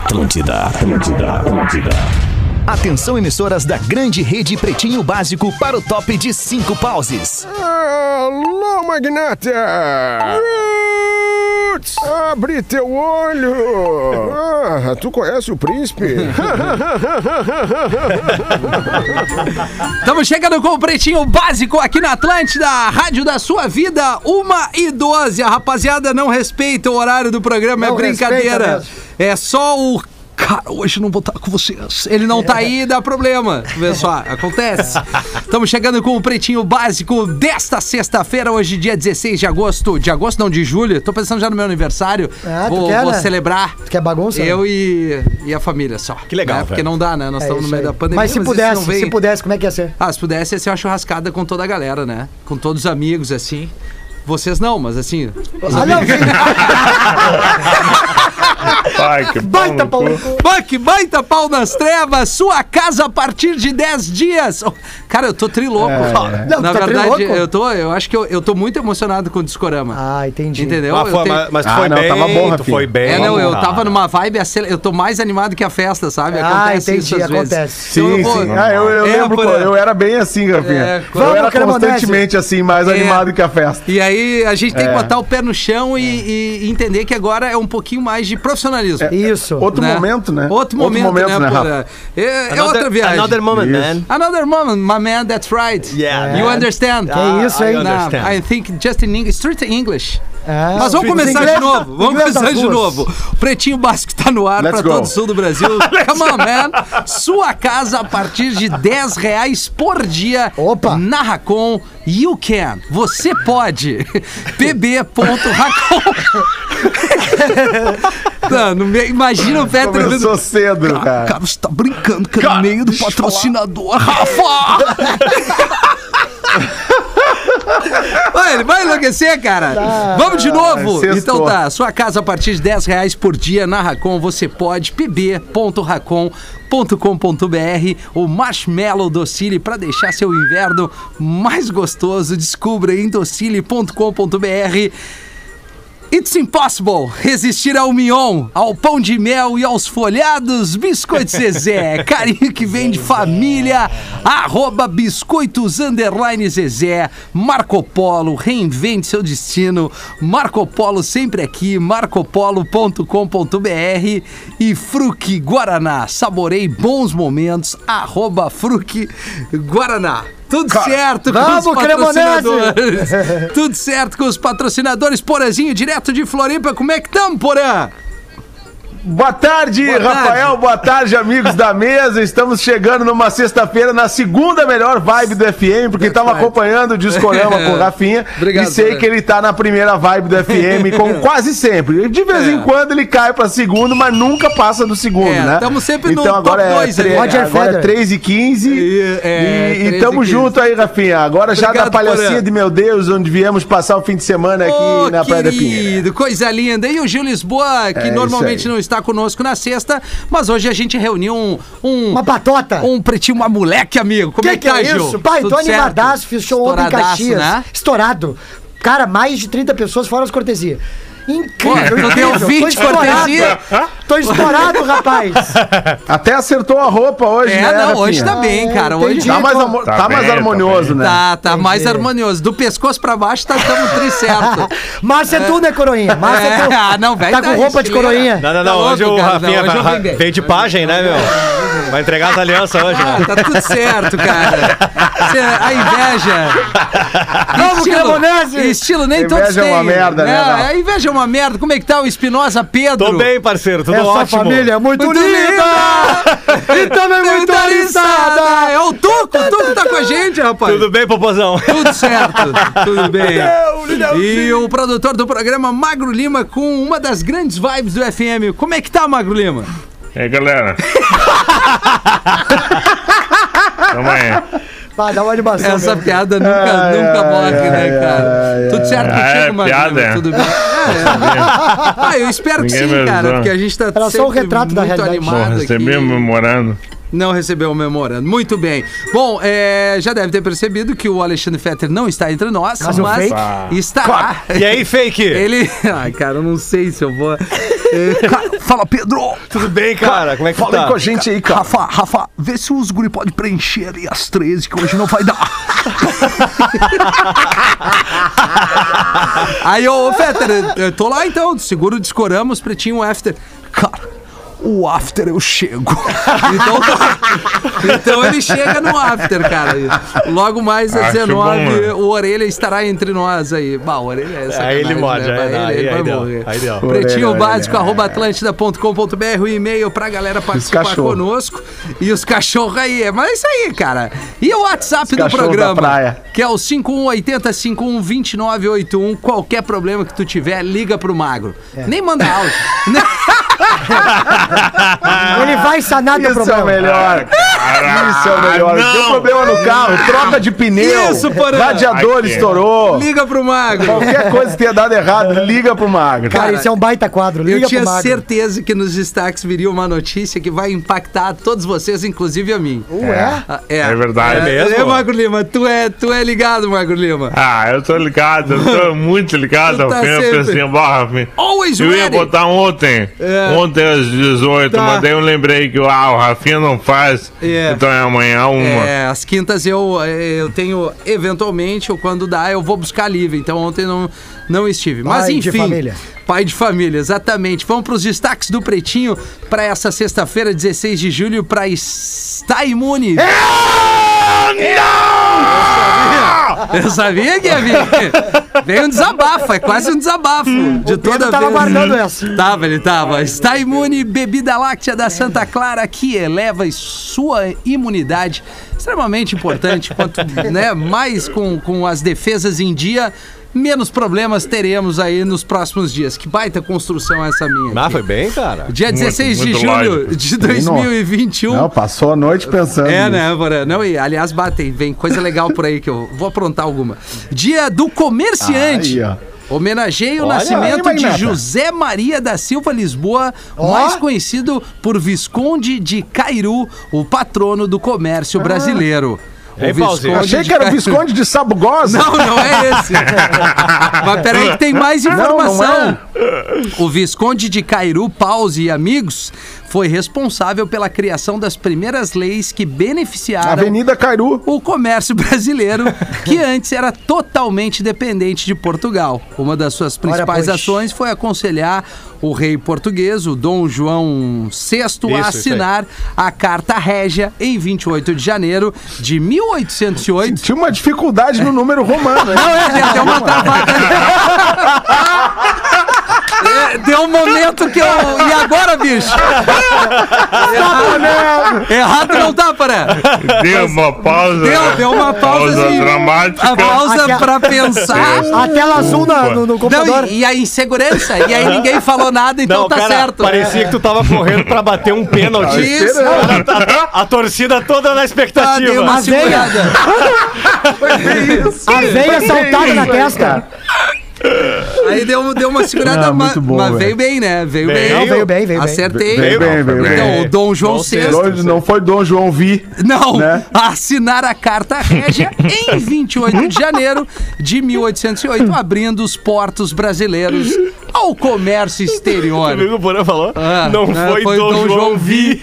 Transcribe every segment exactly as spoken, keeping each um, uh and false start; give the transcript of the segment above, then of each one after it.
Atlântida, Atlântida, Atlântida. Atenção, emissoras da grande rede Pretinho Básico para o top de cinco pauses. Alô, magnata! Roots! Abre teu olho! Ah, tu conhece o príncipe? Estamos chegando com o Pretinho Básico aqui na Atlântida, rádio da sua vida, uma e doze. A rapaziada não respeita o horário do programa, não é brincadeira. É só o... Cara, hoje não vou estar com vocês. Ele não tá aí, dá problema. Vê só, acontece. Estamos chegando com o Pretinho Básico desta sexta-feira, hoje dia dezesseis de agosto. De agosto, não, de julho. Tô pensando já no meu aniversário. Ah, vou, tu quer, vou né? celebrar. Tu quer bagunça? Eu e, e a família só. Que legal, né? Porque não dá, né? Nós É estamos no isso meio aí. da pandemia. Mas se mas pudesse, isso não vem... se pudesse, como é que ia ser? Ah, se pudesse, ia ser uma churrascada com toda a galera, né? Com todos os amigos, assim. Vocês não, mas assim... Os Ah, amigos... Ai, que Baita pau no cu. Bah, que baita pau nas trevas, sua casa a partir de dez dias. Oh, cara, eu tô trilouco. é. Não, Na tá verdade, trilouco? eu tô, eu acho que eu, eu tô muito emocionado com o Discorama. Ah, entendi. Entendeu? Ah, foi, Eu tenho- mas, mas tu Ah, foi não, bem, tava bom, tu Rafinha. foi bem. É, não, eu Ah. tava numa vibe, acel- eu tô mais animado que a festa, sabe? Ah, Acontece entendi, isso às vezes. acontece. Então Sim, eu vou- sim. Ah, eu, eu É, lembro, por- pô, eu era bem assim, Rafinha. É, eu vamos, era Cremonese. constantemente assim, mais É. animado que a festa. E aí a gente tem que É. botar o pé no chão e, e entender que agora é um pouquinho mais de profissionalismo. Isso. Outro né? momento, né? Outro momento, né, né, Porã? Rafa? É, é outra viagem. Another moment, Isso. man. Another moment, my man, that's right. Yeah, You man. understand? Que isso, hein? I Nah, understand. I think just in English, straight English. É. Mas vamos Inglês começar da- de novo. Vamos inglês começar das de ruas. novo. O Pretinho Básico tá no ar Let's pra go. todo o sul do Brasil. Come on, man. Sua casa a partir de dez reais por dia. Opa. Na Racon, you can. Você pode. pb.racon. Não, não me- imagina o Peter Começou cedo, cara. Cara, você tá brincando que é no Cara, meio do deixa eu patrocinador, Rafa! Vai, ele vai enlouquecer, cara. Vamos de novo. sextou. Então tá, sua casa a partir de dez reais por dia na Racon, você pode, pb ponto racon ponto com ponto br, o Marshmallow Docile para deixar seu inverno mais gostoso. Descubra em docile ponto com ponto br. It's impossible resistir ao mignon, ao pão de mel e aos folhados Biscoitos Zezé. Carinho que vem de família. Arroba biscoitos underline Zezé. Marco Polo, reinvente seu destino. Marco Polo sempre aqui, marcopolo ponto com ponto br. E Fruc Guaraná, saborei bons momentos. Arroba Fruc Guaraná. Tudo certo com Vamos, os patrocinadores. Tudo certo com os patrocinadores. Porazinho, direto de Floripa. Como é que estamos, Porã? Boa tarde, Boa Rafael. tarde. Boa tarde, amigos da mesa. Estamos chegando numa sexta-feira na segunda melhor vibe do F M, porque estava right. acompanhando o Discorama com o Rafinha. Obrigado, e sei cara. que ele tá na primeira vibe do F M, como quase sempre. De vez É. em quando ele cai pra segundo, mas nunca passa do segundo, É, né? tamo sempre no então, agora top é dois ali. tre- Roger Agora é Federer. três e quinze. E, E, é, e, três e tamo quinze. junto aí, Rafinha. Agora já Obrigado, da palhacinha Porã. de meu Deus, onde viemos passar o fim de semana aqui Ô, na Praia da Pinheira. querido, coisa linda. E o Gil Lisboa, que É, normalmente isso aí. não está conosco na sexta, mas hoje a gente reuniu um... um Uma patota. Um pretinho, uma moleque, amigo. Como que é que, tá, é Gil? isso? Pai, Tudo tô certo? animadaço, fiz show ontem em Estouradaço, Caxias. né? Estourado. Cara, mais de trinta pessoas fora as cortesias. Incrível, Pô, tu tem incrível. ouvinte Tô estourado. cortesia? Tô estourado, rapaz. Até acertou a roupa hoje, É, né, não, Rafinha? hoje tá bem, cara. Hoje entendi. Tá mais, amo- Tá tá mais bem, tá harmonioso, bem. né? tá, tá mais harmonioso. Do pescoço pra baixo, tá estamos tri certo. Márcia é tu, né, coroinha? Márcia é, É, tu. ah, não, velho. Tá com roupa de coroinha. Não, não, Tá não. Hoje louco, o cara. Rafinha Não, hoje eu vai- vim bem. veio de pagem, né, meu? Vai entregar as alianças hoje, né? Tá tudo certo, cara. Cê- a inveja. Vamos, Cremonese! Estilo nem Inveja todos é têm. uma merda, né, Val? A inveja é uma merda. Como é que tá o Espinosa Pedro? Tô bem, parceiro. Tudo Essa ótimo. família é muito, Muito linda. linda! E também muito aliçada. É o Tuco, o Tuco tá com a gente, rapaz. Tudo bem, popozão? Tudo certo, tudo bem. E o produtor do programa, Magro Lima, com uma das grandes vibes do F M. Como é que tá, Magro Lima? É, E aí, galera? Tamo aí. Vai, dá uma animação. Essa mesmo. piada nunca, Ai, nunca ai, morre, ai, né, cara? ai, Tudo certo ai. contigo, Ah, é Magro piada, Lima? é? Tudo bem? Ah, é. Ah, eu espero Ninguém que sim, me cara, avisou. porque a gente tá Era só um sempre retrato da muito realidade. animado aqui. memorando. Não recebeu o memorando. Muito bem. Bom, é, já deve ter percebido que o Alexandre Fetter não está entre nós, Mas mas, o fake? estará. E aí, fake? Ele... Ai, cara, eu não sei se eu vou... É, cara, fala, Pedro. Tudo bem, cara? Como é que Fala tá? aí com a gente aí, cara. Rafa, Rafa, vê se os guri podem preencher ali as treze, que hoje não vai dar. Aí, ô, Fetter, eu tô lá então, seguro descoramos, pretinho after. Cara, o after eu chego. Então, então ele chega no after, cara. Logo mais às Acho dezenove, bom, o Orelha estará entre nós aí. Bah, o Orelha é sacanagem, Aí ele morde, né? aí Ele, dá, ele aí- vai aí deu, morrer. aí deu. Pretinho Orelha, básico, Orelha. arroba atlântida ponto com ponto b r, o e-mail pra galera participar cachorro. conosco. E os cachorros aí. Mas é isso aí, cara. E o WhatsApp Os do cachorros programa, da praia. que é o cinco um oito zero, cinco um dois nove oito um. Qualquer problema que tu tiver, liga pro Magro. Nem manda áudio. Ele vai sanar teu Isso é o problema. melhor. Isso é o melhor. não. Deu problema no carro, troca de pneu. Isso, Porã. Radiador Aqui. estourou. Liga pro Magro. Qualquer coisa que tenha dado errado, liga pro Magro. Cara, isso é um baita quadro. Liga Eu tinha pro Magro. certeza que nos destaques viria uma notícia que vai impactar todos vocês, inclusive a mim. Ué? Ah, É verdade. É, mesmo? é, Magro Lima, tu é, tu é ligado, Magro Lima. Ah, eu tô ligado, eu tô muito ligado. Tu tá Rafinha. Eu sempre- pensei, "Bah, Rafinha, Always eu ia ready. botar ontem, É. ontem às dezoito, Tá. mas daí eu lembrei que ah, o Rafinha não faz, É. então é amanhã uma. É, as quintas eu, eu tenho, eventualmente, ou quando dá, eu vou buscar livre. Então ontem não, não estive. Mas Pai de enfim. família. Pai de família, exatamente. Vamos para os destaques do Pretinho para essa sexta-feira, dezesseis de julho, para estar imune. Eu sabia que ia vir. Veio um desabafo, é quase um desabafo. De toda Pedro tava vez. guardando essa. Tava, ele tava. Está imune, bebida láctea da Santa Clara, que eleva sua imunidade. Extremamente importante. Quanto né, mais com, com as defesas em dia, menos problemas teremos aí nos próximos dias. Que baita construção essa minha. Ah, aqui. foi bem, cara. Dia dezesseis muito de julho lógico. de dois mil e vinte e um. Não, passou a noite pensando. É, nisso. né, Porã? Não, e aliás, batem, vem coisa legal por aí que eu vou aprontar alguma. Dia do comerciante. Aí, ó. Homenageia o Olha nascimento aí, de Magnata. José Maria da Silva Lisboa, Ó. mais conhecido por Visconde de Cairu, o patrono do comércio brasileiro. O Ei, Pauzinho, Visconde Achei de que era o Cairu- Visconde de Sabugosa. Não, não é esse. Mas peraí que tem mais informação. O Visconde de Cairu, Pause e Amigos foi responsável pela criação das primeiras leis que beneficiaram Avenida Cairu. o comércio brasileiro, que antes era totalmente dependente de Portugal. Uma das suas principais pois. ações foi aconselhar o rei português, o Dom João sexto, a Isso, isso assinar a Carta Régia em vinte e oito de janeiro de mil oitocentos e oito. Tinha uma dificuldade no número romano. Não, é, tem até uma travada. É, deu um momento que eu... E agora, bicho? Errado, errado não tá, Pará. Deu uma pausa. Deu, deu uma pausa, assim, dramática. a pausa Aquela- pra pensar. A tela azul na- no, no Não, computador. e, e a insegurança. E aí ninguém falou nada, então Não, tá cara, certo. parecia que tu tava correndo pra bater um pênalti. Isso. A, a torcida toda na Ah, expectativa. deu uma A veia. segurada. A veia saltada na testa. Aí deu, deu uma segurada, Ah, mas, muito bom, mas velho. veio bem, né? Veio bem. Veio. Não, veio bem, veio bem. Acertei. Veio bem, veio bem. Então, o Dom João João sexto. Hoje não foi Dom João Vi. Não, Né? assinar a Carta Régia em vinte e oito de janeiro de mil oitocentos e oito, abrindo os portos brasileiros ao comércio exterior. O Porã falou? Ah, não né, foi, foi Dom, Dom João João Vi.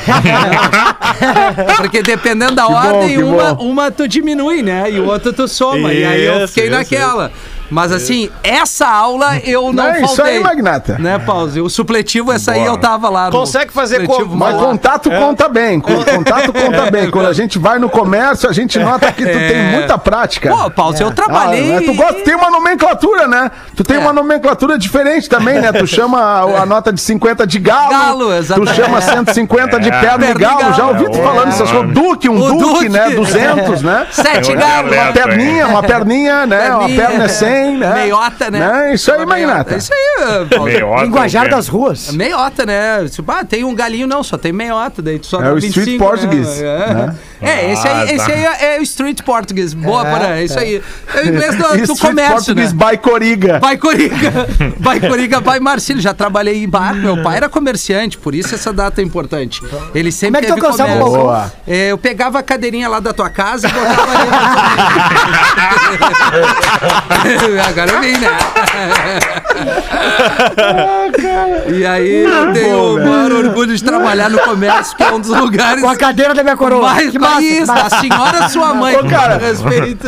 Porque dependendo da bom, ordem, que uma, bom. uma tu diminui, né? E o outro tu soma. E aí eu Isso, fiquei isso, naquela. Mas assim, essa aula eu não Não, é isso faltei. aí, Magnata. Né, Pause? O supletivo, essa aí Boa. eu tava lá. no Consegue fazer supletivo como? Mas maluco. contato conta bem. con- Contato conta bem. Quando a gente vai no comércio, a gente nota que tu É. tem muita prática. Pô, Pause, eu Ah, trabalhei. né? Tu gosta, tem uma nomenclatura, né? Tu tem É. uma nomenclatura diferente também, né? Tu chama a, a nota de cinquenta de galo. Galo, exatamente. Tu chama cento e cinquenta de perna Perna de de galo. galo. Já ouvi tu É. falando essas coisas. Duque, um O duque, Duque. né? duzentos, né? Sete Tem um galos. dialeto. Uma perninha, uma perninha, né? Uma Perninha, perna é cem, né? Meiota, né? né? Isso aí, Meiota. Magnata. Isso aí, Pause. Meiota, Linguajar o quê? das ruas. Meiota, né? Tipo, ah, tem um galinho, não, só tem meiota. Daí tu só É dá o vinte e street cinco, português, Né? É. né? É, esse aí, Ah, esse tá. aí é, é o street português. Boa, É, Porã, é isso aí. É o inglês do, do Street comércio, né? Portuguese by Coriga. Vai Coriga, vai Coriga, vai Marcílio. Já trabalhei em bar, meu pai era comerciante, por isso essa data é importante. Ele sempre Como é que tu teve alcançava o comércio. balcão? Boa. É, eu pegava a cadeirinha lá da tua casa e botava ali. Agora eu vim, né? E aí eu tenho o maior orgulho de trabalhar no comércio, que é um dos lugares Com a cadeira da minha coroa. mais que massa, isso, que massa. a senhora sua mãe, Ô, cara. com respeito.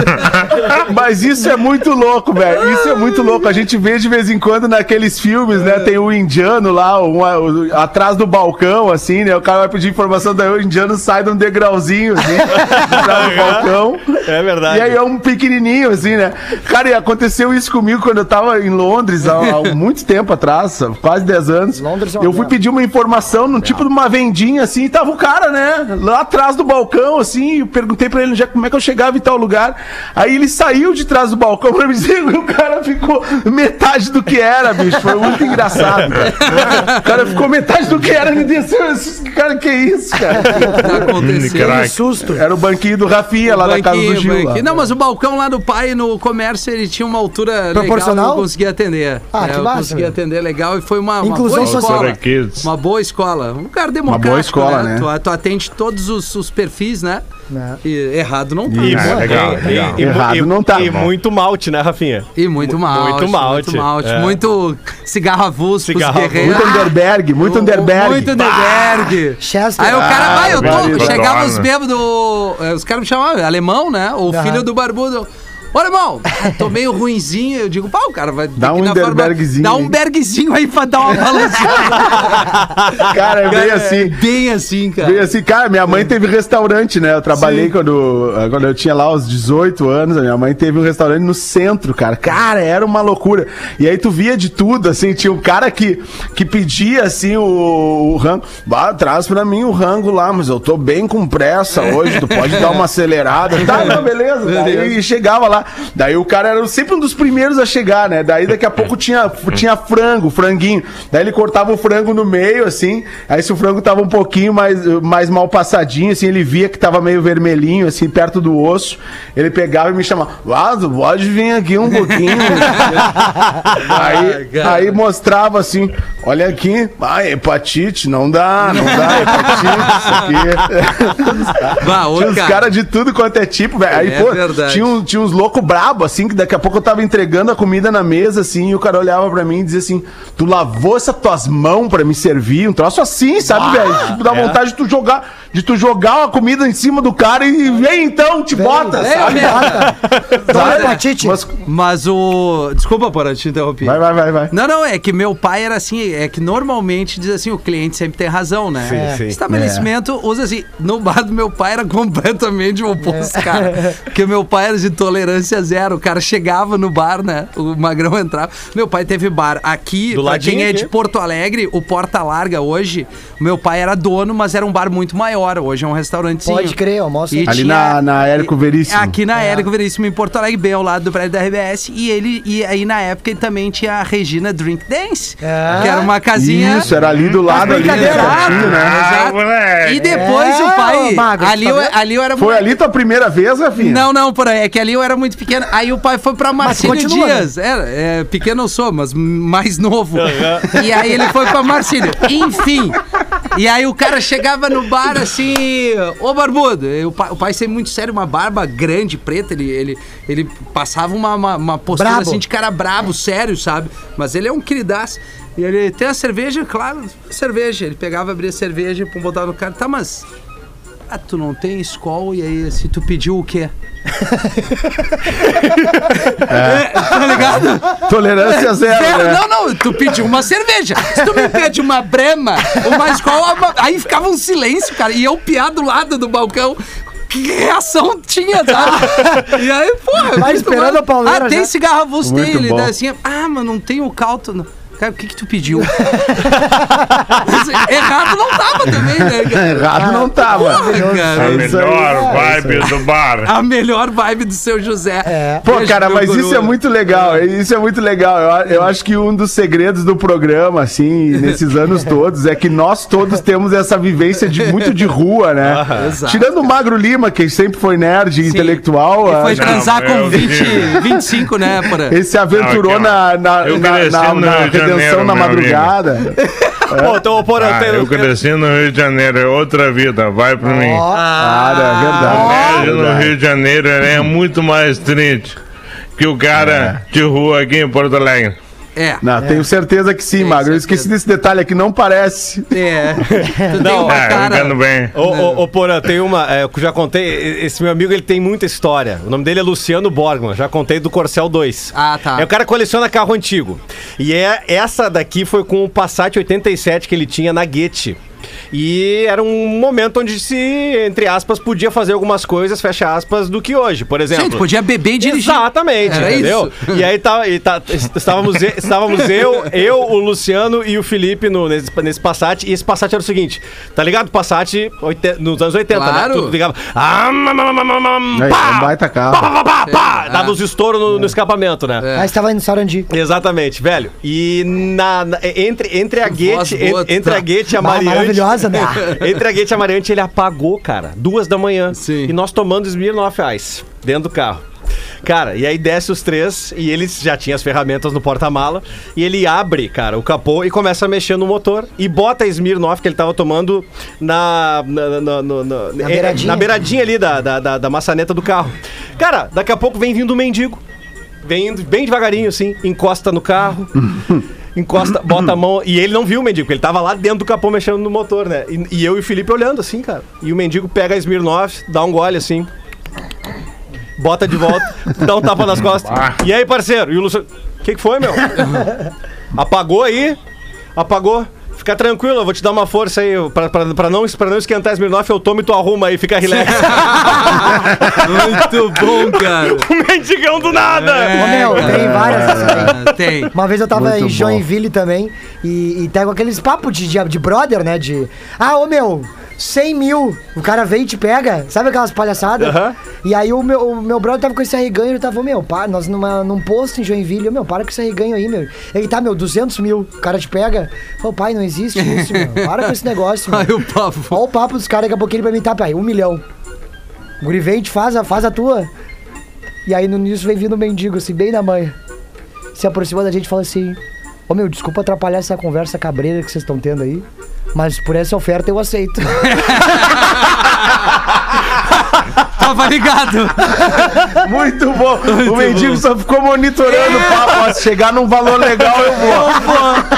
Mas isso é muito louco, velho. Isso é muito louco. A gente vê de vez em quando naqueles filmes, né? Tem o indiano lá, um, um, atrás do balcão, assim, né? O cara vai pedir informação, daí o indiano sai de um degrauzinho, assim, atrás do balcão. É verdade. E aí é um pequenininho, assim, né? Cara, e aconteceu isso comigo quando eu tava em Londres, há, há muito tempo atrás, quase dez anos. Londres é uma Eu fui merda. pedir uma informação num tipo de uma vendinha, assim, e tava o cara, né? Lá atrás do balcão, assim, eu perguntei pra ele já como é que eu chegava em tal lugar. Aí ele saiu de trás do balcão pra me dizer que o cara ficou metade do que era, bicho. Foi muito engraçado, cara. O cara ficou metade do que era, me disse, cara, que isso, cara? Tá acontecendo. Crack. Que susto. Era o banquinho do Rafinha, lá da casa do Banquinho, Gil. lá. banquinho. Não, mas o balcão lá do pai no comércio, ele tinha uma altura Proporcional? legal, eu consegui atender. Ah, É, que eu massa, consegui meu. atender legal e foi uma, uma Inclusão boa social. escola. Altura Kids. Uma boa escola. Um lugar democrático, boa escola, né? Tu, tu atende todos os, os perfis, né? Né. E errado não tá. E- E, Ah, legal, E- legal. e- e- Errado e- não tá. E muito malte, né, Rafinha? muito Mu- malte. muito malte, Muito malte. é. Muito cigarro avulso pros Cigarro guerreiros. Muito Underberg, muito Underberg. Muito Underberg. Chester. Aí o cara, vai, eu barbaridade. tô. Chegava Adoro. os bêbados. eh, Os caras me chamavam, alemão, né? O Aham. filho do barbudo. Ô, irmão, tô meio ruinzinho. Eu digo, pá, o cara vai. ter Dá que um ir na farmácia. Underbergzinho Dá um aí. bergzinho aí pra dar uma balanceada. Cara, é bem Cara, assim. é bem assim, cara. Bem assim, cara, minha mãe teve restaurante, né? Eu trabalhei quando, quando eu tinha lá os dezoito anos, a minha mãe teve um restaurante no centro, cara. Cara, era uma loucura. E aí tu via de tudo, assim, tinha um cara que, que pedia, assim, o, o rango. Bah, traz pra mim o rango lá, mas eu tô bem com pressa hoje, tu pode dar uma acelerada. Tá, não, beleza. Daí chegava lá. Daí o cara era sempre um dos primeiros a chegar, né? Daí daqui a pouco tinha, tinha frango, franguinho. Daí ele cortava o frango no meio, assim. Aí se o frango tava um pouquinho mais, mais mal passadinho, assim, ele via que tava meio vermelhinho, assim, perto do osso. Ele pegava e me chamava, ah, tu pode vir aqui um pouquinho. aí, cara. aí mostrava assim, olha aqui, ah, hepatite, não dá, não dá, hepatite, isso aqui. Bah, ô, Tinha os cara. caras de tudo quanto é tipo, velho. Aí, É pô, verdade. tinha, um- tinha uns loucos brabo, assim, que daqui a pouco eu tava entregando a comida na mesa, assim, e o cara olhava pra mim e dizia assim, tu lavou essas tuas mãos pra me servir? Um troço assim, sabe, velho? Tipo, dá vontade de tu jogar, de tu jogar uma comida em cima do cara e vem então, te bota, vem, sabe? Toma hepatite. Mas- Mas o. Desculpa, Porã, te interrompi. Vai, vai, vai, vai. Não, não, é que meu pai era assim, é que normalmente diz assim, o cliente sempre tem razão, né? Sim, sim. Estabelecimento usa assim, no bar do meu pai era completamente o oposto, cara. Porque meu pai era de tolerância zero, o cara chegava no bar, né? O Magrão entrava. Meu pai teve bar aqui, Do pra ladinho quem é aqui. de Porto Alegre, o Porta Larga hoje, o meu pai era dono, mas era um bar muito maior, hoje é um restaurantezinho. Pode crer, almoço. E Ali tinha- na- na Érico Veríssimo. Aqui na É. Érico Veríssimo, em Porto Alegre, bem ao lado do prédio da R B S. E ele, e aí na época ele também tinha a Regina Drink Dance, É. que era uma casinha. Isso, era ali do lado, ali, né? brincadeira. pertinho, né? Ah, Exato. moleque. E depois É, o pai. ô, Magro, ali, tá eu, vendo? ali eu era Foi muito- ali tua primeira vez, Rafinha? Não, não, por aí. É que ali eu era muito pequeno. Aí o pai foi pra Marcílio continua, Dias. Era, é, pequeno eu sou, mas mais novo. E aí ele foi pra Marcílio. Enfim. E aí o cara chegava no bar assim, ô barbudo. E O pai, o pai sempre muito sério, uma barba grande, preta. Ele, ele, ele passava uma, uma, uma postura Brabo. assim de cara brabo, sério, sabe? Mas ele é um queridaço. E ele tem a cerveja, claro, cerveja. Ele pegava, abria a cerveja, pum, botava no cara. Tá, mas. Ah, tu não tem Skol, e aí se tu pediu o quê? É, tá ligado? Tolerância zero, Zero, né? Não, não, tu pediu uma cerveja. Se tu me pede uma brema, uma Skol, aí ficava um silêncio, cara. E eu piar do lado do balcão. Que reação tinha, sabe? E aí, porra. Vai muito esperando bom. a pauleira Ah, tem já. cigarro avulso Muito dele. bom. Daí assim, ah, mas não tem o calto. Não. Cara, o que que tu pediu? Errado não tava também, né, cara? Errado não tava. Porra, cara. A É isso aí. melhor vibe do bar. A melhor vibe do seu José. É. Pô, Beijo, cara, meu mas guru. isso é muito legal, isso é muito legal. Eu, eu acho que um dos segredos do programa, assim, nesses anos todos, é que nós todos temos essa vivência de muito de rua, né? Exato. Tirando o Magro Lima, que sempre foi nerd e intelectual, E foi acho- transar Não, com eu vinte, digo. vinte e cinco, né, Porã? ele se aventurou Não, na, aqui, ó. na, Eu na, cresci na- no na Rio de redenção Janeiro, na meu madrugada. Pô, então, porra, Ah, eu eu tenho... cresci no Rio de Janeiro, é outra vida, vai pra mim. Cara, é verdade. A média no Verdade. Rio de Janeiro ela é muito mais triste que o cara de rua aqui em Porto Alegre. É. Não, tenho certeza que sim, Tenho Magro. Eu certeza. esqueci desse detalhe aqui, não parece. É. Tu tem Não, uma Ah, eu cara. entendo bem. Ô, ô, ô, Porã, tem uma. É, eu já contei. Esse meu amigo ele tem muita história. O nome dele é Luciano Borgman. Já contei do Corcel dois. Ah, tá. É, o cara coleciona carro antigo. E é, essa daqui foi com o Passat oitenta e sete que ele tinha na Guete. E era um momento onde se, entre aspas, podia fazer algumas coisas, fecha aspas, do que hoje. Por exemplo. Gente, podia beber e dirigir. Exatamente, Era entendeu? isso. E aí tá, e tá- estávamos, e- estávamos eu, eu, o Luciano e o Felipe no, nesse, nesse Passat. E esse Passat era o seguinte, tá ligado? Passat oitenta, nos anos oitenta, Claro. né? Tudo ligava. Ah, mam, mam, mam, mam, mam, É, pá, é um baita carro. pá, pá, pá, pá, É, dava é. os estouros no, no escapamento, né? É. Aí estava indo em Sarandi. Exatamente, velho. E na, na- entre, entre a Voz Guete, boa, en- entre tá. a Guete e a Mar- Mariante. maravilhosa, né? Entre a Guete e a Mariante, ele apagou, cara. Duas da manhã. Sim. E nós tomando Smirnoff Ice dentro do carro. Cara, e aí desce os três e eles já tinham as ferramentas no porta-mala. E ele abre, cara, o capô e começa a mexer no motor. E bota a Smirnoff que ele tava tomando na. Na, na, na, na- Na é, beiradinha. na beiradinha ali da, da, da, da maçaneta do carro. Cara, daqui a pouco vem vindo um mendigo. Vem indo bem devagarinho, assim, encosta no carro. Encosta, bota a mão. E ele não viu o mendigo, porque ele tava lá dentro do capô mexendo no motor, né? E, e eu e o Felipe olhando assim, cara. E o mendigo pega a Smirnoff, dá um gole assim. Bota de volta, dá um tapa nas costas. E aí, parceiro? E o Luciano. O que, que foi, meu? Apagou aí? Apagou? Fica tranquilo, eu vou te dar uma força aí. Pra, pra, pra, não, pra não esquentar a Smirnoff, eu tomo e tu arruma aí, fica relax. Muito bom, cara. O mendigão do nada! Ô, meu, tem várias dessas aí. Ah, tem. Uma vez eu tava Muito em bom. Joinville também e, e pego aqueles papos de, de, de brother, né? De. Ah, ô meu, cem mil. O cara vem e te pega. Sabe aquelas palhaçadas? Aham. E aí o meu, o meu brother tava com esse arreganho, ele tava, meu, pá, nós numa, num posto em Joinville, eu, meu, para com esse arreganho aí, meu. Ele tá, meu, duzentos mil. O cara te pega. Ô, pai, não existe isso, meu. Para com esse negócio, meu. Aí o papo. Olha o papo dos caras, daqui a pouquinho ele pra mim, tá, pai, um milhão. O guri vem, te faz a, faz a tua. E aí no início vem vindo um mendigo, assim, bem na manha. Se aproxima da gente e fala assim: ô meu, desculpa atrapalhar essa conversa cabreira que vocês estão tendo aí, mas por essa oferta eu aceito. Tava ligado. Muito bom. o mendigo só ficou monitorando o papo. ó, Se chegar num valor legal, eu vou.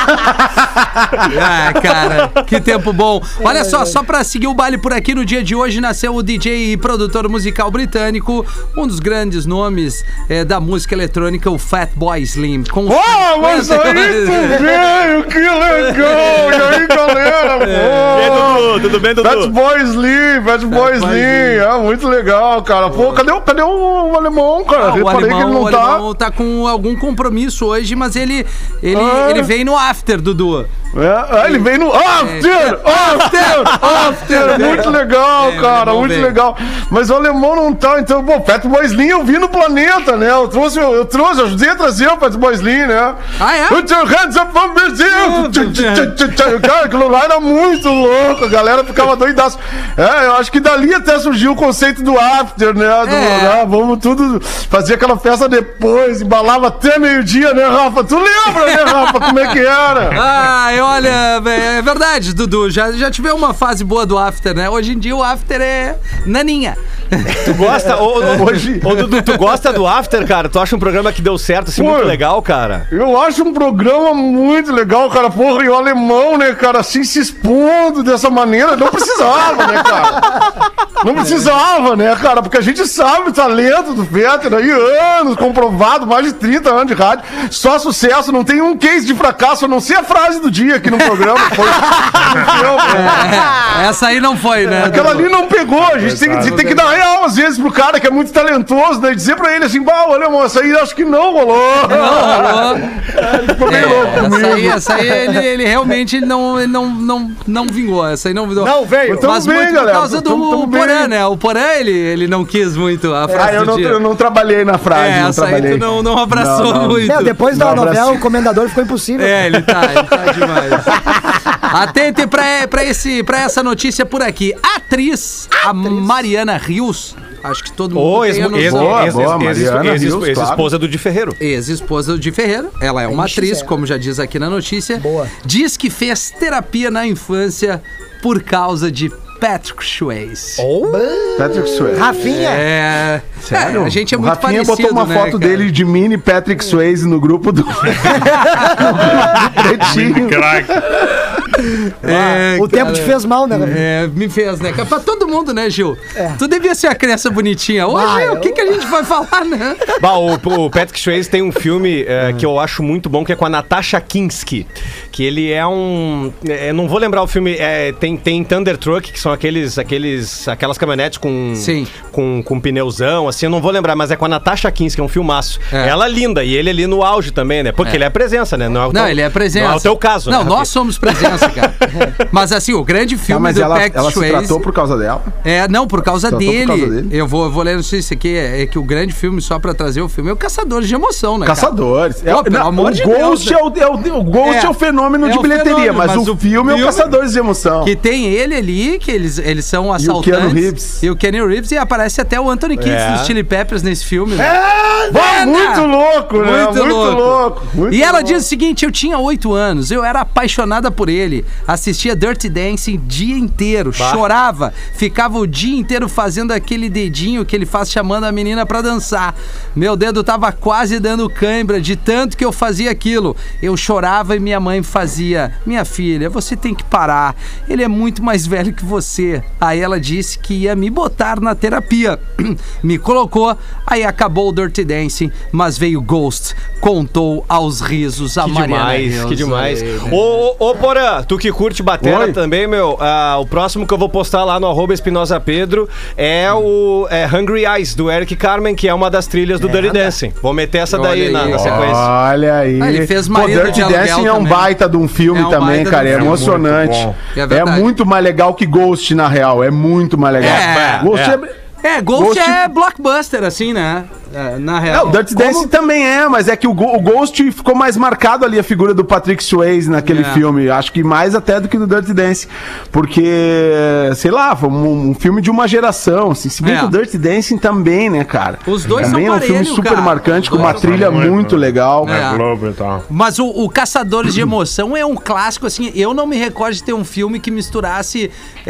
Ah, cara, que tempo bom. Olha só, só pra seguir o baile por aqui, no dia de hoje nasceu o D J e produtor musical britânico, um dos grandes nomes eh, da música eletrônica, o Fatboy Slim. Com Oh, mas aí tu veio, que legal! E aí, galera? E aí, Dudu? Tudo bem, Dudu? Fat Boy Slim, Fat Boy Slim. Ah, muito legal, cara. Pô, cadê, o- cadê o, o alemão, cara? Ah, o Reparei alemão, que ele não o tá. alemão tá com algum compromisso hoje, mas ele, ele, Ah. ele vem no after, Dudu. É, ah, ele vem no After! After! After! Muito legal, É, o cara, alemão muito vem. legal. Mas o alemão não tá, então, pô, Fat Boy Slim eu vi no planeta, né? Eu trouxe, eu trouxe, eu ajudei a trazer o Fat Boy Slim, né? Ah, é? Put your hands up from Brazil! Tch, tch, tch, tch. Cara, aquilo lá era muito louco, a galera ficava doidaço. É, eu acho que dali até surgiu o conceito do After, né? Do, É. ah, vamos tudo fazer aquela festa depois, embalava até meio-dia, né, Rafa? Tu lembra, né, Rafa, como é que era? Ah, e olha, é verdade, Dudu, já, já tive uma fase boa do after, né? Hoje em dia o after é naninha. Tu gosta, ô, ô, Hoje- ô, Dudu, tu gosta do After, cara? Tu acha um programa que deu certo, assim, Pô. muito legal, cara? Eu acho um programa muito legal, cara. Porra, e o alemão, né, cara, assim, se expondo dessa maneira. Não precisava, né, cara? Não precisava, né, cara? Porque a gente sabe o talento do Fetter aí, anos, comprovado, mais de trinta anos de rádio. Só sucesso, não tem um case de fracasso, a não ser a frase do dia aqui no programa. Foi, não, É, essa aí não foi, né? aquela Dudu? ali não pegou, a gente tem que, tem que dar real, às vezes, pro cara que é muito talentoso, né? Dizer pra ele assim, bah, olha, moça, aí acho que não rolou. Não rolou. Ele ficou meio louco É, comigo. essa aí, essa aí ele, ele realmente ele não, ele não, não, não vingou. Essa aí não vingou. Não veio. Tamo Mas bem, muito galera, por causa do tamo- tamo Porã, bem. né? O Porã, ele, ele não quis muito a frase Ah, eu do não, dia. eu não trabalhei na frase, É, não essa aí trabalhei. tu não, não abraçou Não, não. muito. Meu, depois da Não, novela, abraço. o comendador ficou impossível. É, ele tá, ele tá demais. Atente pra, pra, esse, pra essa notícia por aqui. A atriz, a Mariana Rios, acho que todo mundo Ô, tem ex- a noção. ex- Boa, ex- boa, ex- Mariana ex- Rios, ex- claro. Esposa do Di Ferreiro. Ex-esposa de Ferreira, ela é uma Ixi, atriz, é. como já diz aqui na notícia. Boa. Diz que fez terapia na infância por causa de Patrick Swayze. Patrick Swayze. Rafinha? É, Sério? é, a gente é O muito Rafinha parecido, botou uma né, foto cara? dele de mini Patrick Swayze no grupo do... no grupo do Pretinho. Crack. É, O tempo te cara, fez mal, né, Rafinha? É, me fez, né? Pra todo mundo, né, Gil? É. Tu devia ser a criança bonitinha. Hoje, Vai, o que, que a gente vai falar, né? Bah, o, o Patrick Swayze tem um filme é, que eu acho muito bom, que é com a Natasha Kinski. Que ele é um... é, não vou lembrar o filme. é, tem, tem Thunder Truck, que são aqueles, aqueles, aquelas caminhonetes com, Sim. com, com pneuzão, assim, eu não vou lembrar, mas é com a Natasha Kinski, é um filmaço. É. Ela é linda, e ele ali no auge também, né? Porque É. ele é presença, né? Não, é o Não, teu- ele é presença. Não é o teu caso, Não, né? nós somos presença, cara. Mas assim, o grande Ah, filme mas do ela, Patrick ela se Swayze... tratou por causa dela? É, não, por causa, Tratou por dele. causa dele. Eu vou, eu vou ler, não sei se isso aqui é, é que o grande filme, só pra trazer o filme, é o Caçadores de Emoção, né, cara? Caçadores. É, Pô, pelo não, amor o de Ghost Deus, é o, é o, o Ghost É. é, o fenômeno É de o bilheteria, fenômeno, mas, mas o, o filme é o filme- Caçadores de Emoção. Que tem ele ali, que eles, eles são assaltantes. Keanu Reeves. E o Kenny Reeves, e aparece até o Anthony Kidd É. dos Chili Peppers nesse filme, né? É, vai, É, muito né? louco, né? Muito Muito, louco. louco. muito E ela louco. diz o seguinte: eu tinha oito anos, eu era apaixonada por ele, assistia Dirty Dancing o dia inteiro, chorava, ficava o dia inteiro fazendo aquele dedinho que ele faz chamando a menina pra dançar. Meu dedo tava quase dando cãibra de tanto que eu fazia aquilo. Eu chorava e minha mãe fazia: minha filha, você tem que parar, ele é muito mais velho que você. Aí ela disse que ia me botar na terapia. Me colocou, aí acabou o Dirty Dancing, mas veio Ghost, contou aos risos a Que Mariana demais, Rios. que demais. Aí, né? Ô, ô, ô, Porã, tu que curte batera Oi. também, meu, ah, o próximo que eu vou postar lá no arroba Espinosa Pedro é o é Hungry Eyes, do Eric Carmen, que é uma das trilhas do Dirty Dancing. Vou meter essa Olha daí na, aí. na sequência. Olha aí. Ah, ele fez Pô, Marido Dirty de Aluguel Dancing é um também. baita de um filme É um também, baita cara. de um É filme. emocionante. Muito bom. É É, verdade. muito mais legal que Ghost, na real. É muito mais legal. É, Ghost é. é... É, Ghost, Ghost- é blockbuster, assim, né? É, na É, real. o Dirty Dancing também é, mas é que o, Go- o Ghost ficou mais marcado ali a figura do Patrick Swayze naquele É. filme. Acho que mais até do que do Dirty Dancing. Porque, sei lá, foi um, um filme de uma geração. Assim, se bem É. que o Dirty Dancing também, né, cara? Os dois também são é um filme parelho, super cara. marcante, Os com uma dois são trilha muito, muito né? legal. É. Na Globo e tal. Mas o, o Caçadores de Emoção é um clássico, assim, eu não me recordo de ter um filme que misturasse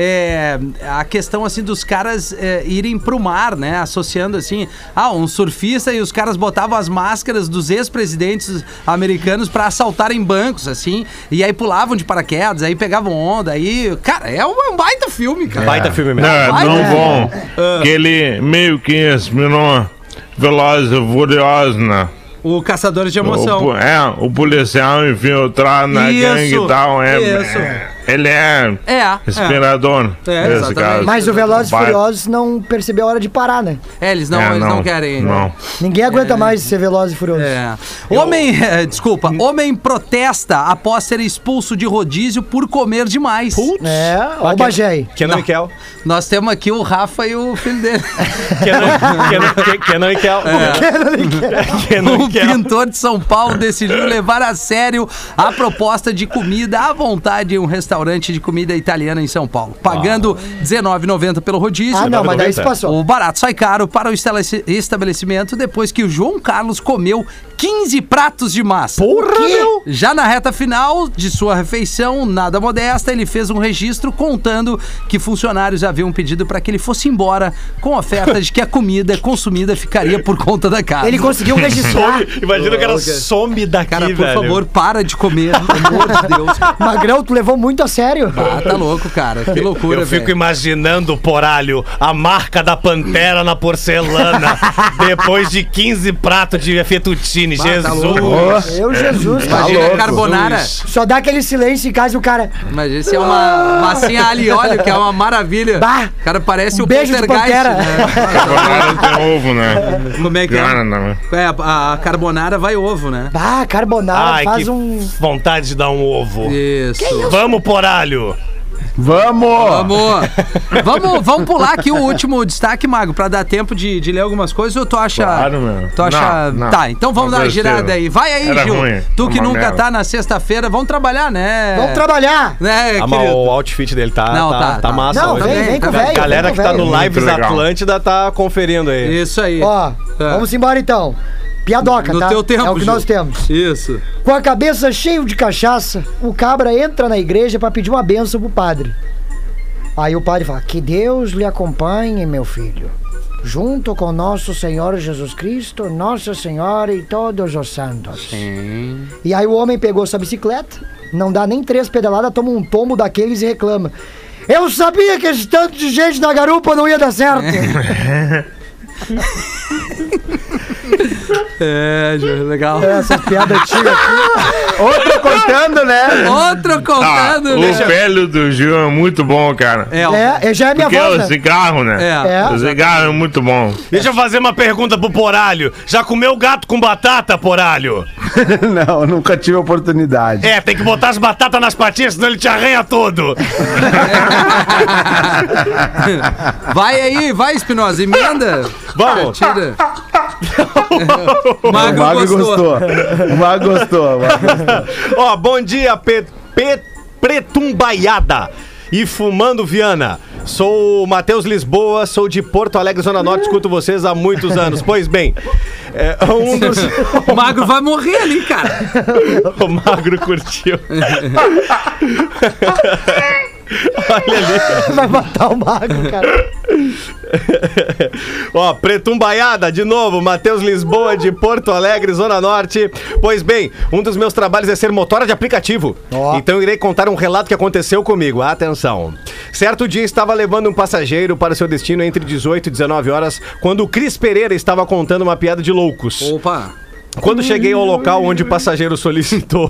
é, a questão, assim, dos caras é, irem pro mar, né, associando, assim, ah, um surfista e os caras botavam as máscaras dos ex-presidentes americanos pra assaltarem bancos, assim, e aí pulavam de paraquedas, aí pegavam onda, aí, cara, é um, é um baita filme, cara. Baita filme mesmo. Não, Vai, não né? bom. Que ele meio que inspirou Velozes e Furiosos, né? O Caçadores de O, Emoção. po- é, o policial infiltrado na Isso, gangue e tal. É, isso. é- ele é É, é. inspirador. É, nesse exatamente. caso. Mas o Velozes e Vai- Furiosos não percebeu a hora de parar, né? É, eles não, É, eles não, querem. Não. Ninguém aguenta mais ser Velozes e Furiosos. É. Homem, eh, desculpa, homem protesta após ser expulso de rodízio por comer demais. É, ó o Bagé aí. Kenan e Kel. Nós temos aqui o Rafa e o filho dele. Kenan- Kenan- Ke- Kenan e Kel. Kenan O e Kel. pintor de São Paulo decidiu levar a sério a proposta de comida à vontade em um restaurante de comida italiana em São Paulo, pagando dezenove reais e noventa centavos pelo rodízio. Ah, não, mas daí se passou. O barato sai caro para o estabeleci- estabelecimento depois que o João Carlos comeu quinze pratos de massa. Porra, meu! Já na reta final de sua refeição, nada modesta, ele fez um registro contando que funcionários haviam pedido para que ele fosse embora com oferta de que a comida consumida ficaria por conta da casa. Ele conseguiu registrar. Some, imagina o cara some daqui, Cara, por velho. favor, para de comer, pelo amor de Deus. Magrão, tu levou muito a sério. Ah, tá louco, cara. Que loucura, Eu fico velho. imaginando, Poralho, a marca da Pantera na porcelana depois de quinze pratos de fettuccine. Vini, Bah, Jesus. tá louco. Eu, Jesus, cara. Imagina a louco. carbonara. Só dá aquele silêncio em casa e o cara. Imagina se é uma massinha alho e óleo, que é uma maravilha. Bah, O cara parece um o beijo de Poltergeist, pantera. né? Carbonara tem ovo, né? Como é que é? Cara, não. É, a, a carbonara vai ovo, né? Bah, carbonara Ai, faz que um. vontade de dar um ovo. Isso. Vamos, poralho. Vamos! Vamos. vamos! Vamos pular aqui o último destaque, Mago, pra dar tempo de, de ler algumas coisas, ou tu acha... Claro, meu. Tu acha... Não, não. Tá, então vamos Não dar uma besteira. girada aí. Vai aí, Era Gil. ruim. Tu que Uma nunca merda. tá na sexta-feira, vamos trabalhar, né? Vamos trabalhar! Né, Ah, mas querido? o outfit dele tá, Não, tá, tá, tá tá. massa Não, hoje. vem, vem com o Tá velho. Galera vem que com o tá no velho. Lives legal. Atlântida tá conferindo aí. Isso aí. Ó, É. vamos embora então. Piadoca, No tá? teu tempo, é o que Gil. nós temos. Isso. Com a cabeça cheia de cachaça, o cabra entra na igreja pra pedir uma bênção pro padre. Aí o padre fala: que Deus lhe acompanhe, meu filho, junto com nosso Senhor Jesus Cristo, Nossa Senhora e todos os santos. Sim. E aí o homem pegou sua bicicleta, não dá nem três pedaladas, toma um tombo daqueles e reclama: eu sabia que esse tanto de gente na garupa não ia dar certo. É, Gil, legal. Essa piada antiga aqui. Outro contando, né? Outro Ah, contando, o né? velho do Gil é muito bom, cara. É, É, já é minha Porque é voz, o né? cigarro, né? É. É. O cigarro é muito bom. Deixa eu fazer uma pergunta pro poralho. Já comeu gato com batata, poralho? Não, nunca tive oportunidade. É, tem que botar as batatas nas patinhas, senão ele te arranha todo. Vai aí, vai, Espinosa, emenda. Vamos. Tira. O Mago, Mago gostou. gostou. O Mago gostou. o Mago gostou. Ó, bom dia, Pe Pe Pretumbaiada e Fumando Viana. Sou o Matheus Lisboa, sou de Porto Alegre, Zona Norte, escuto vocês há muitos anos. Pois bem, é, um dos... O Magro vai morrer ali, cara. O Magro curtiu. Olha ali. Vai matar o mago, cara. Ó, Pretumbaiada, de novo, Matheus Lisboa de Porto Alegre, Zona Norte. Pois bem, um dos meus trabalhos é ser motora de aplicativo. Ó. Então eu irei contar um relato que aconteceu comigo. Atenção. Certo dia estava levando um passageiro para o seu destino entre dezoito e dezenove horas, quando o Cris Pereira estava contando uma piada de loucos. Opa. Quando cheguei ao local onde o passageiro solicitou,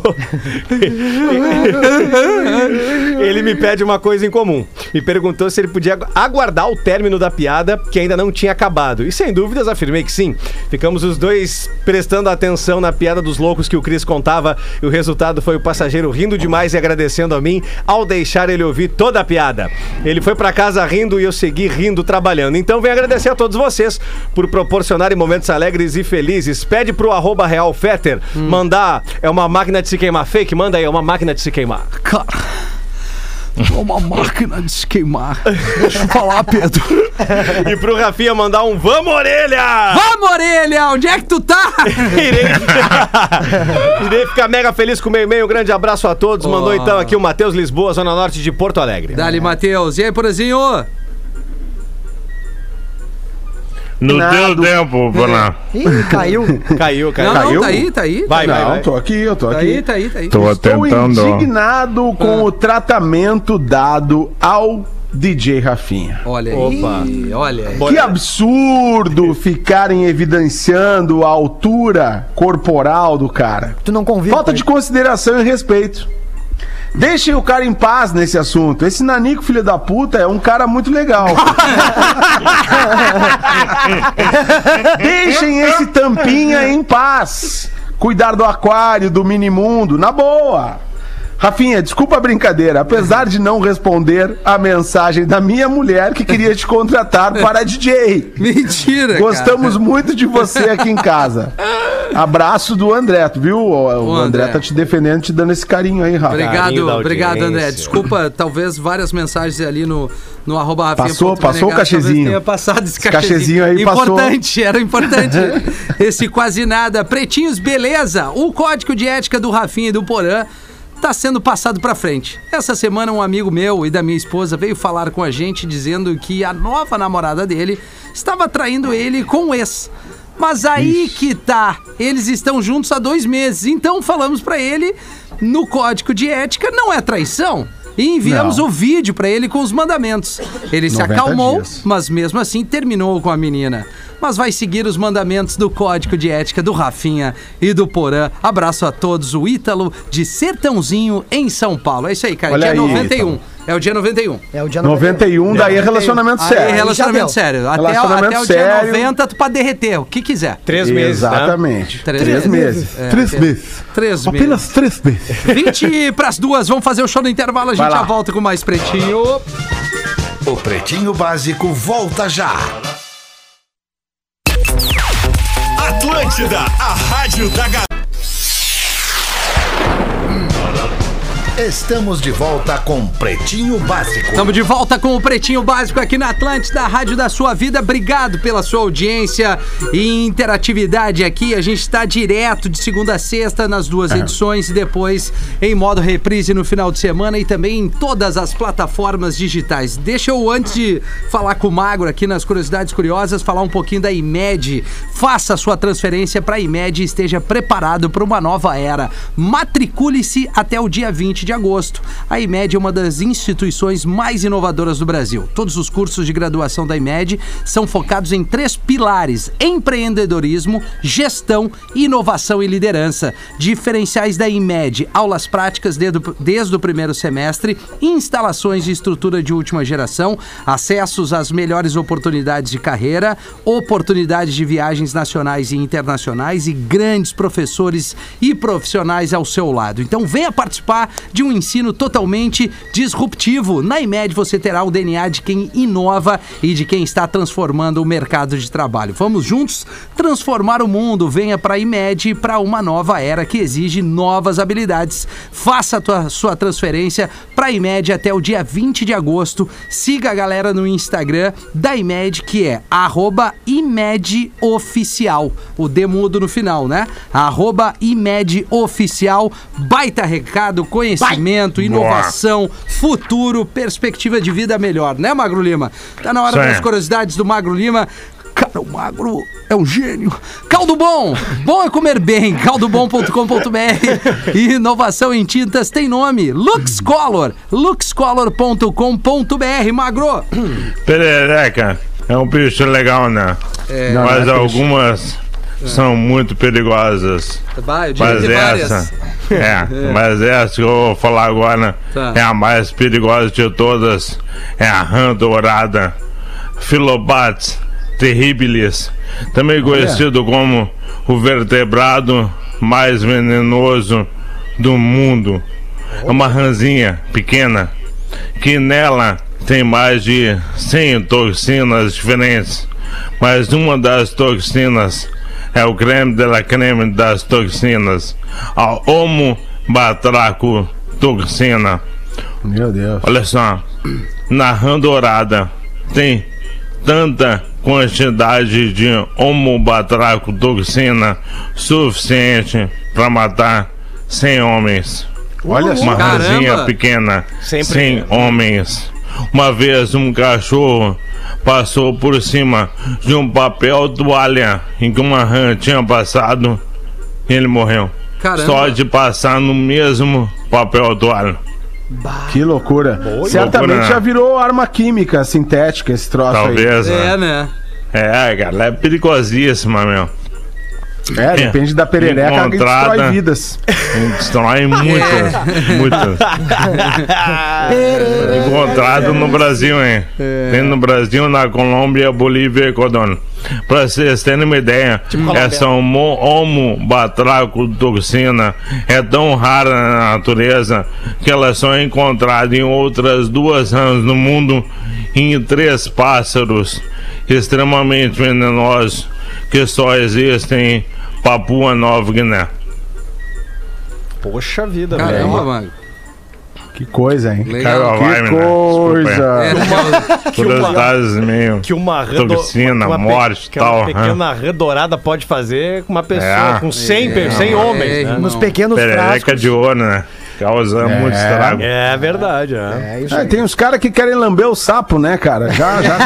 ele me pede uma coisa em comum. Me perguntou se ele podia aguardar o término da piada, que ainda não tinha acabado. E sem dúvidas afirmei que sim. Ficamos os dois prestando atenção na piada dos loucos que o Cris contava, e o resultado foi o passageiro rindo demais e agradecendo a mim ao deixar ele ouvir toda a piada. Ele foi pra casa rindo e eu segui rindo trabalhando. Então venho agradecer a todos vocês por proporcionarem momentos alegres e felizes. Pede pro arroba Real Fetter hum. mandar, é uma máquina de se queimar fake? Manda aí, é uma máquina de se queimar. Cara, é uma máquina de se queimar. Deixa eu falar, Pedro. E pro Rafinha mandar um vamos, orelha! Vamos, orelha! Onde é que tu tá? Irei... Irei ficar mega feliz com o meu e-mail. Um grande abraço a todos. Oh. Mandou então aqui o Matheus Lisboa, Zona Norte de Porto Alegre. Dali, Matheus. E aí, Porazinho? No teu tempo, Boná. Ih, caiu. Caiu, caiu. Não, não, Caiu? tá aí, tá aí. Vai, vai, Não, vai. tô aqui, eu tô Tá aqui. aí, tá aí, tá aí. Tô Estou tentando. indignado com o tratamento dado ao D J Rafinha. Olha aí, Opa. olha aí. Que absurdo ficarem evidenciando a altura corporal do cara. Tu não convive Falta com de ele. consideração e respeito. Deixem o cara em paz nesse assunto. Esse Nanico, filho da puta, é um cara muito legal. Deixem esse tampinha em paz. Cuidar do aquário, do minimundo, na boa. Rafinha, desculpa a brincadeira, apesar de não responder a mensagem da minha mulher que queria te contratar para D J. Mentira, Gostamos cara. muito de você aqui em casa. Abraço do André, tu viu? O, o André. André tá te defendendo, te dando esse carinho aí, Rafa. Carinho Obrigado, da obrigado, audiência. André. Desculpa, talvez várias mensagens ali no, no arroba Rafinha. Passou- ponto passou o Menegasso, talvez cachezinho. tenha passado esse Esse cachezinho. cachezinho aí passou. Importante, era importante. Esse quase nada. Pretinhos, beleza. O código de ética do Rafinha e do Porã tá sendo passado pra frente. Essa semana um amigo meu e da minha esposa veio falar com a gente dizendo que a nova namorada dele estava traindo ele com o ex. Mas aí que tá, eles estão juntos há dois meses, então falamos pra ele, no código de ética não é traição. e enviamos Não. o vídeo pra ele com os mandamentos. Ele se noventa acalmou, dias. mas mesmo assim terminou com a menina. Mas vai seguir os mandamentos do Código de Ética do Rafinha e do Porã. Abraço a todos, o Ítalo de Sertãozinho, em São Paulo. É isso aí, cara, Olha dia aí, noventa e um. Ítalo. É o dia noventa e um. É o dia noventa e um, daí é relacionamento Aí, sério. relacionamento já sério. Até, Relacionamento até o dia sério. noventa, tu pode derreter, o que quiser. Três meses, né? Exatamente. Três Três meses. meses. É, Três é. meses. Três Apenas três meses. vinte pras duas, vamos fazer o show no intervalo, a gente Vai lá. já volta com mais Pretinho. O Pretinho Básico volta já. Atlântida, a rádio da galera. Estamos de volta com Pretinho Básico. Estamos de volta com o Pretinho Básico aqui na Atlântida, a rádio da sua vida. Obrigado pela sua audiência e interatividade aqui. A gente está direto de segunda a sexta nas duas edições e depois em modo reprise no final de semana e também em todas as plataformas digitais. Deixa eu, antes de falar com o Magro aqui nas Curiosidades Curiosas, falar um pouquinho da IMED. Faça a sua transferência para a IMED e esteja preparado para uma nova era. Matricule-se até o dia vinte de agosto. A IMED é uma das instituições mais inovadoras do Brasil. Todos os cursos de graduação da IMED são focados em três pilares: empreendedorismo, gestão, inovação e liderança. Diferenciais da IMED: aulas práticas desde o, desde o primeiro semestre, instalações de estrutura de última geração, acessos às melhores oportunidades de carreira, oportunidades de viagens nacionais e internacionais e grandes professores e profissionais ao seu lado. Então venha participar de um ensino totalmente disruptivo. Na IMED você terá o D N A de quem inova e de quem está transformando o mercado de trabalho. Vamos juntos transformar o mundo. Venha para a IMED para uma nova era que exige novas habilidades. Faça a tua, sua transferência para a IMED até o dia vinte de agosto. Siga a galera no Instagram da IMED, que é arroba IMEDOficial. O D mudo no final, né? Arroba IMEDOficial. Baita recado, conhecimento, inovação, futuro, perspectiva de vida melhor, né, Magro Lima? Tá na hora Sim. das curiosidades do Magro Lima. Cara, o Magro é um gênio. Caldo Bom, bom é comer bem. caldo bom ponto com ponto b r. Inovação em tintas tem nome: Luxcolor. luxcolor ponto com ponto b r. Magro. Perereca é um bicho legal, né? É, Não, Mas não é peixe. algumas são muito perigosas. vai, eu diria Mas que essa, várias. é, mas essa que eu vou falar agora Tá. é a mais perigosa de todas. É a rã dourada, Phyllobates terribilis, também conhecido como o vertebrado mais venenoso do mundo. É uma rãzinha pequena que nela tem mais de cem toxinas diferentes, mas uma das toxinas é o creme de la creme das toxinas, a homobatracotoxina. Meu Deus. Olha só, na rã dourada tem tanta quantidade de homobatracotoxina suficiente para matar cem homens. Olha só. Uma Caramba. rãzinha pequena, Sempre. cem homens. Uma vez um cachorro passou por cima de um papel toalha em que uma rã tinha passado e ele morreu. Caramba. Só de passar no mesmo papel toalha. Que loucura. Certamente loucura, né? já virou arma química sintética esse troço aí. Talvez, É, né? né? É, cara, ela é perigosíssima, meu. É, depende da perereca que Encontrada. destrói vidas. Destrói muitas, muitas. Encontrado no Brasil, hein? Tem no Brasil, na Colômbia, Bolívia e Equador. Pra vocês terem uma ideia, essa homo- homobatracotoxina é tão rara na natureza que ela só é encontrada em outras duas rãs no mundo e em três pássaros extremamente venenosos que só existem em Papua Nova Guiné. Poxa vida, Caramba, velho. Magro. Que coisa, hein? Legal. Caiu a vibe, Que né? coisa. É, Desculpa aí. Curiosidades meio. Que uma rã do- Toxina, uma pe- morte, que uma tal, pequena rã dourada pode fazer com uma pessoa, É. com cem, pe- É, cem é, homens, né? irmão. Nos pequenos Perereca frascos. de ouro, né? Causa muito estrago. É verdade, é. É isso É, aí. tem uns caras que querem lamber o sapo, né, cara? Já, já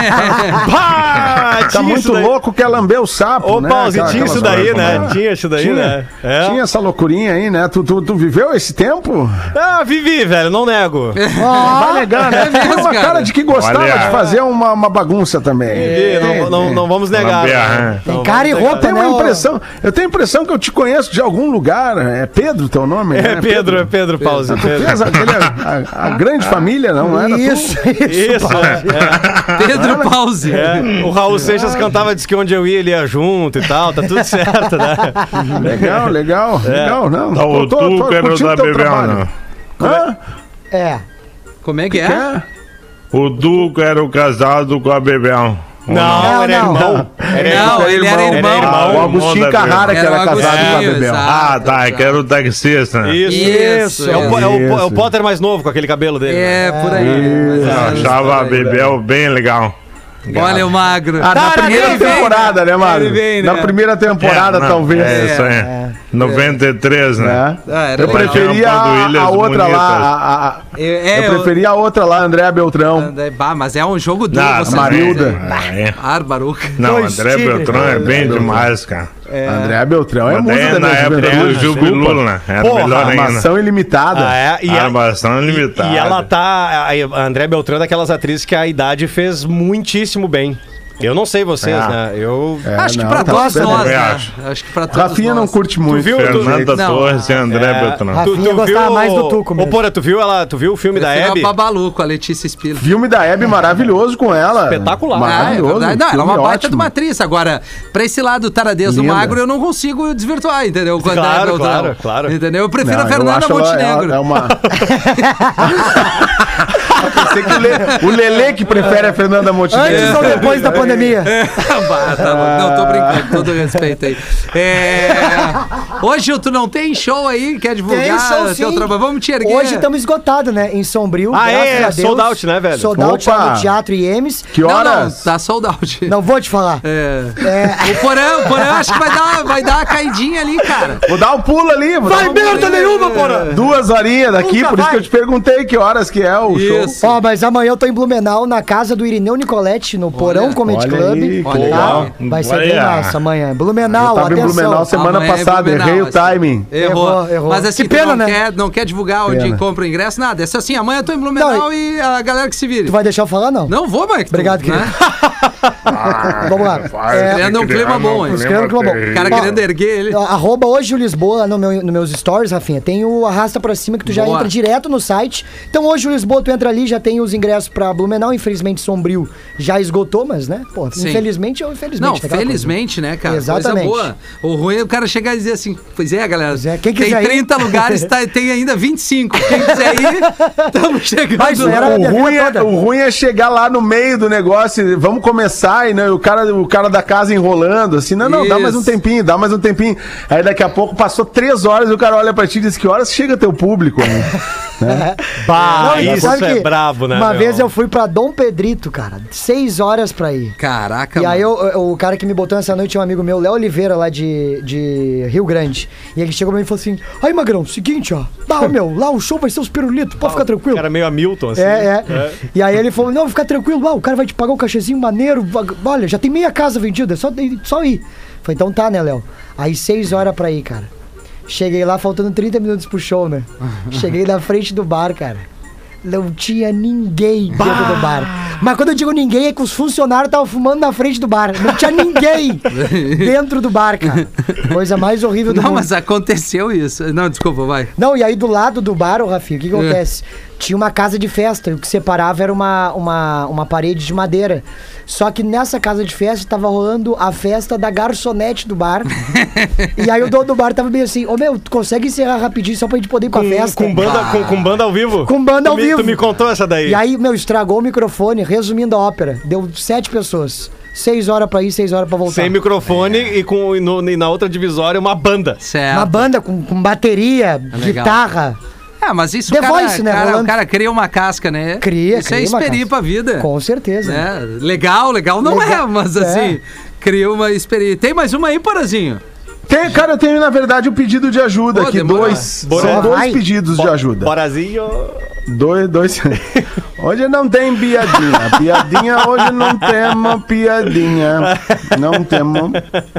Pá, tá tinha muito isso daí. louco, quer lamber o sapo, Ô, né? Pause, Aquela- tinha isso aquelas daí, coisas, né? né? Tinha isso daí, Tinha, né? É. tinha essa loucurinha aí, né? Tu, tu, tu viveu esse tempo? Ah, vivi, velho, não nego. Vai legal, né? é mesmo, Tem uma cara. cara de que gostava Olha. de fazer uma, uma bagunça também. Vivi, não, não, não vamos negar. Lamber, né? né? Não Tem cara e vamos roupa, Eu tenho né? uma ô? impressão, eu tenho a impressão que eu te conheço de algum lugar. É Pedro teu nome? negar. É né? Pedro, é Pedro, Pause. Tu Pedro. fez aquele, a, a grande família, não era? tu? Isso, isso. Isso, é, Pedro Pause. é. O Raul Seixas cantava, disse que onde eu ia ele ia junto e tal, tá tudo certo, né? Legal, legal, legal, não. Tá, o Tô- tô- tô tu era o curtindo da teu Bebel, trabalho. não. Hã? É. Como é que é? É? O Duco era o casado com a Bebel. Não, Não, era não. irmão. Era Não, irmão. ele era irmão. Era Ah, o irmão. Agostinho irmão da Carrara, que Era era o casado com a Agostinho, Bebel. exato. Ah, tá, que era o taxista. Isso, Isso, É o, Po- é, o, Po- é o isso. Potter mais novo com aquele cabelo dele. né? É, por aí. Eu Mas, achava a é, Bebel bem legal. Olha o magro. Ah, na primeira ele vem, temporada, né, Mário? Ele vem, né? Na primeira temporada, É, não, talvez. É, isso aí. noventa e três, né? Né? Ah, era Eu legal. preferia Tinha uma a, Williams a outra bonita. lá. a- a- É, eu preferia a outra lá, Andréa Beltrão. é, bah, mas é um jogo duro. Não, você Marilda. É, é. Bárbaro. Não, Dois André tigres. Beltrão é bem demais, cara. Andréa Beltrão é Mas musa daí, da na minha época juventude. do Gil desculpa. Bilu, né? Era Porra, melhor ainda. Armação ilimitada. Ah, é? E, a, Armação limitada. e ela tá. A André Beltrão é daquelas atrizes que a idade fez muitíssimo bem. Eu não sei vocês, É. né? Eu. É, Acho que não, pra tá todos bem. nós, também né? acho. Acho que pra todos Rafinha não nós. curte muito. viu? Fernanda Não. Torres e André É. Beltrão. Rafinha gostava mais do Tuco Ô, mesmo. Porra, tu viu ela, tu viu o filme da Prefiro Hebe? a Babalu com a Letícia Spiller. Filme da Hebe maravilhoso com ela. Espetacular. Ah, é Maravilhoso. verdade. Não, ela é uma filme baita ótimo. de uma atriz. Agora, pra esse lado taradez do Linda. magro, eu não consigo desvirtuar, entendeu? Com a Claro, André Beltrão. claro, claro. Entendeu? Eu prefiro Não, a eu Fernanda acho ela- Montenegro. ela É uma... Eu pensei que o, Le... o Lelê que prefere a Fernanda Montenegro. Antes ou depois da pandemia? Bah, tá louco. Não, tô brincando, com todo respeito aí. É... Hoje tu não tem show aí, quer divulgar Tem show, teu sim. trabalho? Vamos te erguer. Hoje estamos esgotados, né? Em Sombrio. Ah, graças é? a Deus. Sold out, né, velho? Sold out Opa! lá no Teatro I E M S. Que Não, não, horas? tá sold out. Não vou te falar. É. É. O Porã, o Porã acho que vai dar, vai dar uma caidinha ali, cara. Vou dar um pulo ali. Vou Vai dar um... merda nenhuma, porra! Duas horinhas daqui, Nunca por isso vai. que eu te perguntei que horas que é o show. Isso. Ó, mas amanhã eu tô em Blumenau, na casa do Irineu Nicoletti, no Porão Comedy olha Club. aí, que Tá? legal. Vai ser Olha. bem massa amanhã. Blumenau, Eu tava em atenção. Blumenau semana Amanhã é passada, Blumenau, errei o assim. timing. Errou. Errou, errou. Mas assim, Que tu pena, não, né? quer, não quer divulgar onde Pena. compra o ingresso, nada. É só assim, amanhã eu tô em Blumenau Não, e a galera que se vire. Tu vai deixar eu falar, não? Não vou, Mike. Obrigado, querido. Vamos lá. É, Criando um clima bom, hein? Criando um clima bom. O cara Ó, querendo erguer ele. Ó, Arroba hoje o Lisboa no meu, nos meus stories, Rafinha. Tem o Arrasta Pra Cima que tu já Boa. entra direto no site. Então hoje o Lisboa, tu entra ali, já tem os ingressos pra Blumenau. Infelizmente Sombrio já esgotou, mas né? Pô, Sim. infelizmente ou infelizmente. Não, né, aquela felizmente, né, cara? Exatamente. Coisa boa. O ruim é o cara chegar e dizer assim, pois é, galera, Pois é, quem tem quiser ir. trinta lugares, tá, tem ainda vinte e cinco. Quem quiser ir, estamos chegando. Mas era a O minha ruim, vida é, toda. o ruim é chegar lá no meio do negócio, e vamos começar, e né, o, cara, o cara da casa enrolando, assim, não, não, dá mais um Isso. tempinho, dá mais um tempinho. Aí daqui a pouco passou três horas e o cara olha pra ti e diz, que horas chega teu público? Né? Bah, Não, e isso sabe é que brabo, né? Uma meu? vez eu fui pra Dom Pedrito, cara. Seis horas pra ir. Caraca, E aí mano. eu- eu- o cara que me botou nessa noite é um amigo meu, Léo Oliveira, lá de, de Rio Grande. E ele chegou pra mim e falou assim: aí, Magrão, seguinte, ó. Bah, ô, meu, lá o show vai ser os pirulitos, pode ficar O tranquilo. cara meio Hamilton, assim. É, é, E aí ele falou: não, fica tranquilo, lá, o cara vai te pagar um cachezinho maneiro. va- Olha, já tem meia casa vendida, é só, só ir. Falei, então tá, né, Léo? Aí seis horas pra ir, cara. Cheguei lá faltando trinta minutos pro show, né? Cheguei na frente do bar, cara. Não tinha ninguém dentro do bar. Mas quando eu digo ninguém, é que os funcionários estavam fumando na frente do bar. Não tinha ninguém dentro do bar, cara. Coisa mais horrível do Não, mundo. mas aconteceu isso. Não, desculpa, vai. Não, e aí do lado do bar, ô Rafinha, o que, que acontece? Tinha uma casa de festa, e o que separava era uma, uma, uma parede de madeira. Só que nessa casa de festa tava rolando a festa da garçonete do bar. E aí o dono do bar tava meio assim, ô meu, tu consegue encerrar rapidinho só pra gente poder ir pra Com, festa? com, banda, com, com banda ao vivo? Com banda Tu ao me- vivo. Tu me contou essa daí. E aí, meu, estragou o microfone, resumindo a ópera. Deu sete pessoas. Seis horas pra ir, seis horas pra voltar. Sem microfone e, com, e, no- e na outra divisória uma banda. Certo. Uma banda com, com bateria, legal. guitarra. É, mas isso The o cara, Voice, né, cara, o rolando. cara cria uma casca, né? Cria, Isso cria é uma experiência casca. pra vida. Com certeza. Né? Legal, legal não Legal, é, mas é. assim, cria uma experiência. Tem mais uma aí, Porazinho? Tem, cara, eu tenho, na verdade, um pedido de ajuda Pô, aqui. demora. Dois. Bora. São dois Vai. pedidos de ajuda. Borazinho. Dois, dois. Hoje não tem piadinha. Piadinha, hoje não temos piadinha. Não temos.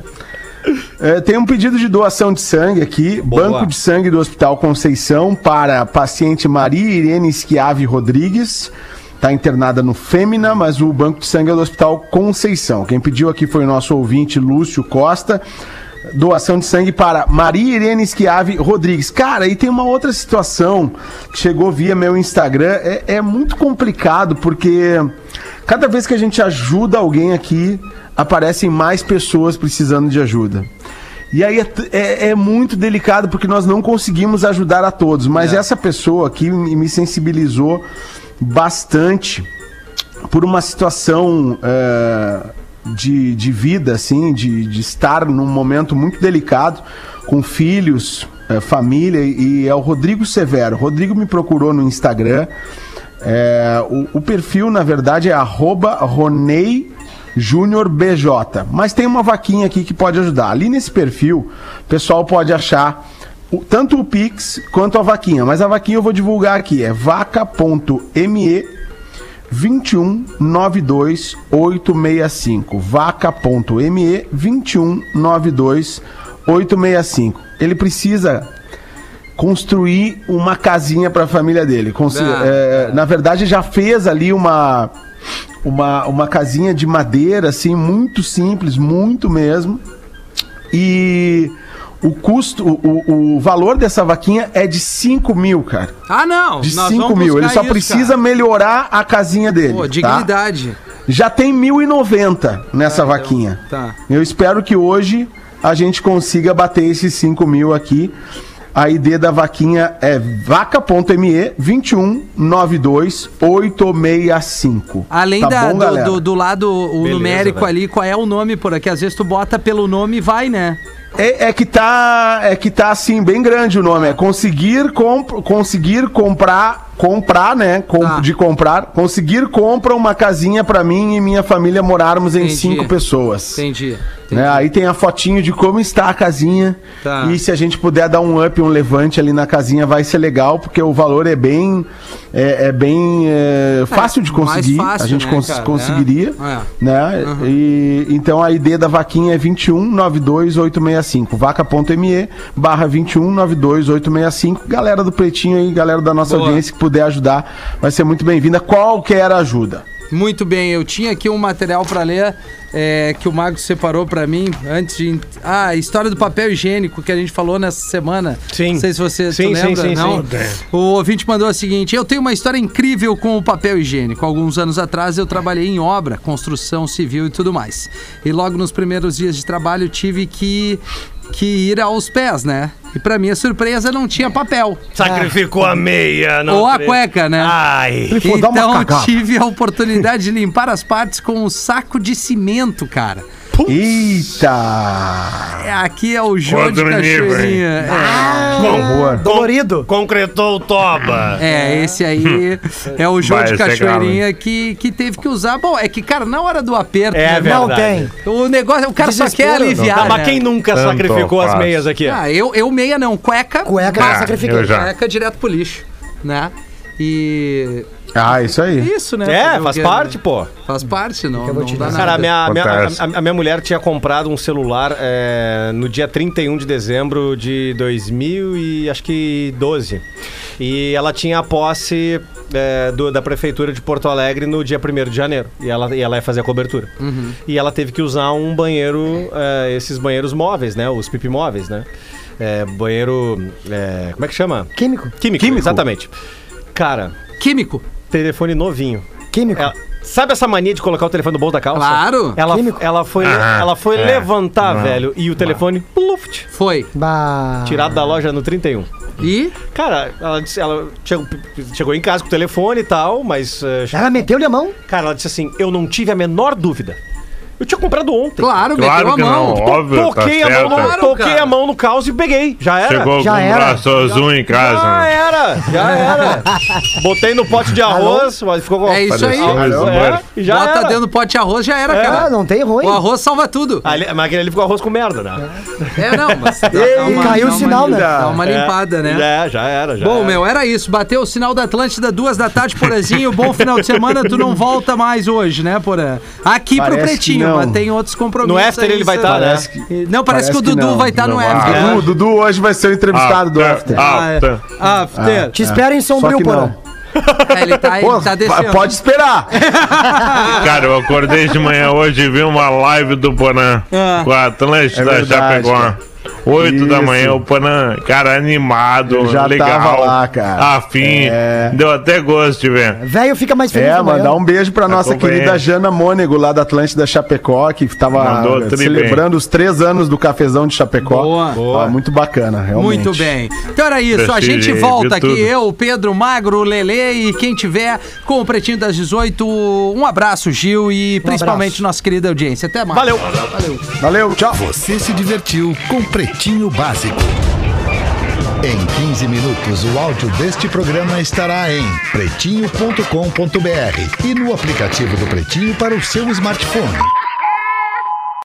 É, tem um pedido de doação de sangue aqui. Boa. Banco de sangue do Hospital Conceição para a paciente Maria Irene Schiavi Rodrigues. Está internada no Fêmina, mas o banco de sangue é do Hospital Conceição. Quem pediu aqui foi o nosso ouvinte Lúcio Costa. Doação de sangue para Maria Irene Schiavi Rodrigues. Cara, e tem uma outra situação que chegou via meu Instagram. É, é muito complicado, porque cada vez que a gente ajuda alguém aqui, aparecem mais pessoas precisando de ajuda. E aí é, é, é muito delicado, porque nós não conseguimos ajudar a todos. Mas É. essa pessoa aqui me me sensibilizou bastante por uma situação é, de, de vida, assim, de, de estar num momento muito delicado, com filhos, é, família, e é o Rodrigo Severo. O Rodrigo me procurou no Instagram. É, o, o perfil, na verdade, é arroba Ronei Júnior B J. Mas tem uma vaquinha aqui que pode ajudar. Ali nesse perfil, o pessoal pode achar o, tanto o Pix quanto a vaquinha. Mas a vaquinha eu vou divulgar aqui. É vaca.me vinte e um noventa e dois oitocentos e sessenta e cinco. vaca.me vinte e um noventa e dois oitocentos e sessenta e cinco. Ele precisa construir uma casinha para a família dele. Consi- Ah, é, na verdade, já fez ali uma, uma, uma casinha de madeira, assim, muito simples, muito mesmo. E o custo, o, o, o valor dessa vaquinha é de cinco mil, cara. Ah, não. De nós cinco vamos mil. Ele buscar só isso, precisa cara. melhorar a casinha dele. Pô, tá? dignidade. Já tem mil e noventa nessa Ah, então, vaquinha. tá. Eu espero que hoje a gente consiga bater esses cinco mil aqui. A I D da vaquinha é vaca.me vinte e um noventa e dois oitocentos e sessenta e cinco. Além tá da, bom, do, galera? do, do lado o Beleza, numérico velho. ali, qual é o nome, porque às vezes tu bota pelo nome e vai, né? É, é que tá, é que tá assim bem grande o nome. É conseguir comp- conseguir comprar, comprar, né? Com- Tá. De comprar, conseguir compra uma casinha pra mim e minha família morarmos em Entendi. cinco pessoas. Entendi. Né? Aí tem a fotinho de como está a casinha. Tá. E se a gente puder dar um up, um levante ali na casinha, vai ser legal, porque o valor é bem é, é bem é, fácil de mais conseguir. fácil, a gente né, cons- cara? conseguiria. É. Né? E, então a I D da vaquinha é vinte e um noventa e dois oitocentos e sessenta e cinco. vaca.me barra vinte e um noventa e dois oitocentos e sessenta e cinco. Galera do Pretinho aí, galera da nossa Boa. audiência que puder ajudar, vai ser muito bem-vinda. Qualquer ajuda. Muito bem, eu tinha aqui um material pra ler é, que o Mago separou pra mim antes de. Ah, a história do papel higiênico que a gente falou nessa semana. Sim. Não sei se você Sim, tu sim, lembra. sim, não? sim. O ouvinte mandou a seguinte: eu tenho uma história incrível com o papel higiênico. Alguns anos atrás eu trabalhei em obra, construção civil e tudo mais. E logo nos primeiros dias de trabalho tive que, que ir aos pés, né? E pra minha surpresa não tinha papel. Sacrificou a meia, não Ou a acredito. cueca, né? Ai. Ele falou, "Dá uma Então cagada." tive a oportunidade de limpar as partes com um saco de cimento, cara. Eita! É, aqui é o João de Outro nível, Cachoeirinha. É. horror. Dolorido. Concretou o toba. É, esse aí é o João Vai, de esse é Cachoeirinha que, que teve que usar. Bom, é que, cara, na hora do aperto. É né, verdade. Não tem. O negócio, o cara só quer Desespero. aliviar. Tá, mas né? quem nunca Tanto sacrificou as faz. meias aqui? Ah, eu, eu meia não, cueca. Cueca, Ah, eu sacrifiquei. eu já. Cueca direto pro lixo, né? E. Ah, isso aí. Isso, né? É, Fazer o faz quê, parte, né? pô. Faz parte, não, eu vou não te dá dizer. nada. Cara, a minha, a minha- Acontece. a- a minha mulher tinha comprado um celular é, no dia trinta e um de dezembro de dois mil e acho que doze. E ela tinha a posse é, do- da prefeitura de Porto Alegre no dia primeiro de janeiro. E ela, e ela ia fazer a cobertura. E ela teve que usar um banheiro, é, esses banheiros móveis, né? Os pipi móveis, né? É, banheiro. é, como é que chama? Químico. Químico, Químico. exatamente. Cara, Químico. telefone novinho. Químico. Ela- sabe essa mania de colocar o telefone no bolso da calça? Claro. Ela, Químico. ela foi, Ah, ela foi é. levantar, Não. velho, e o telefone, pluft, Foi. Bah. tirado da loja no trinta e um. E. Cara, ela disse, ela chegou, chegou em casa com o telefone e tal, mas. eh, Ela meteu-lhe a mão? cara, ela disse assim: eu não tive a menor dúvida Eu tinha comprado ontem. Claro, Claro meteu que a mão. não, óbvio, Toquei, tá a, mão no, certo. toquei cara. a mão no caos e peguei. Já era. Chegou Já com o era. braço azul em casa. Já né? era, já era. Botei no pote de arroz, mas ficou com... É isso aí. Pareceu mais um É, e já Bota era. dentro do pote de arroz, já era, É. cara. Ah, não tem ruim. O arroz salva tudo. Ali, mas aquele ali ficou arroz com merda, né? É, não, mas. Dá, E caiu o sinal, né? Dá uma É. limpada, né? É, já era, já Bom, era. meu, era isso. Bateu o sinal da Atlântida, duas da tarde, Porazinho. Bom final de semana. Tu não volta mais hoje, né, Porã? Aqui pro Parece Pretinho, que não. mas tem outros compromissos. No after aí, ele vai sabe? estar, né? Parece que- Não, parece, Parece que o que Dudu não. vai estar no Não after. vai. né? Dudu, Dudu hoje vai ser o entrevistado do After. Ah, é. After. After. Te espera em Só Sombrio, que Porã. não. É, ele tá, ele Pô, tá pa- descendo. pode esperar. Cara, eu acordei de manhã hoje e vi uma live do Porã Ah. com a Atlântida É verdade, Chapecó. cara. Oito da Isso. manhã, o Porã, cara, animado, Ele já legal. tava lá, cara. Afim. É. Deu até gosto de ver. Velho fica mais feliz É, de manhã. mandar um beijo pra nossa Acompanhei. querida Jana Mônego, lá da Atlântida Chapecó, que tava Mandou tri celebrando os três anos do cafezão de Chapecó. Boa. Boa. Muito bacana, realmente. Muito bem. Então era isso. A Prestigiei, gente volta vi tudo. aqui, eu, o Pedro, o Magro, o Lelê e quem tiver com o Pretinho das dezoito. Um abraço, Gil, e principalmente abraço. nossa querida audiência. Até mais. Valeu. Valeu, tchau. Você se divertiu com Pretinho Básico. Em quinze minutos, o áudio deste programa estará em pretinho ponto com ponto br e no aplicativo do Pretinho para o seu smartphone.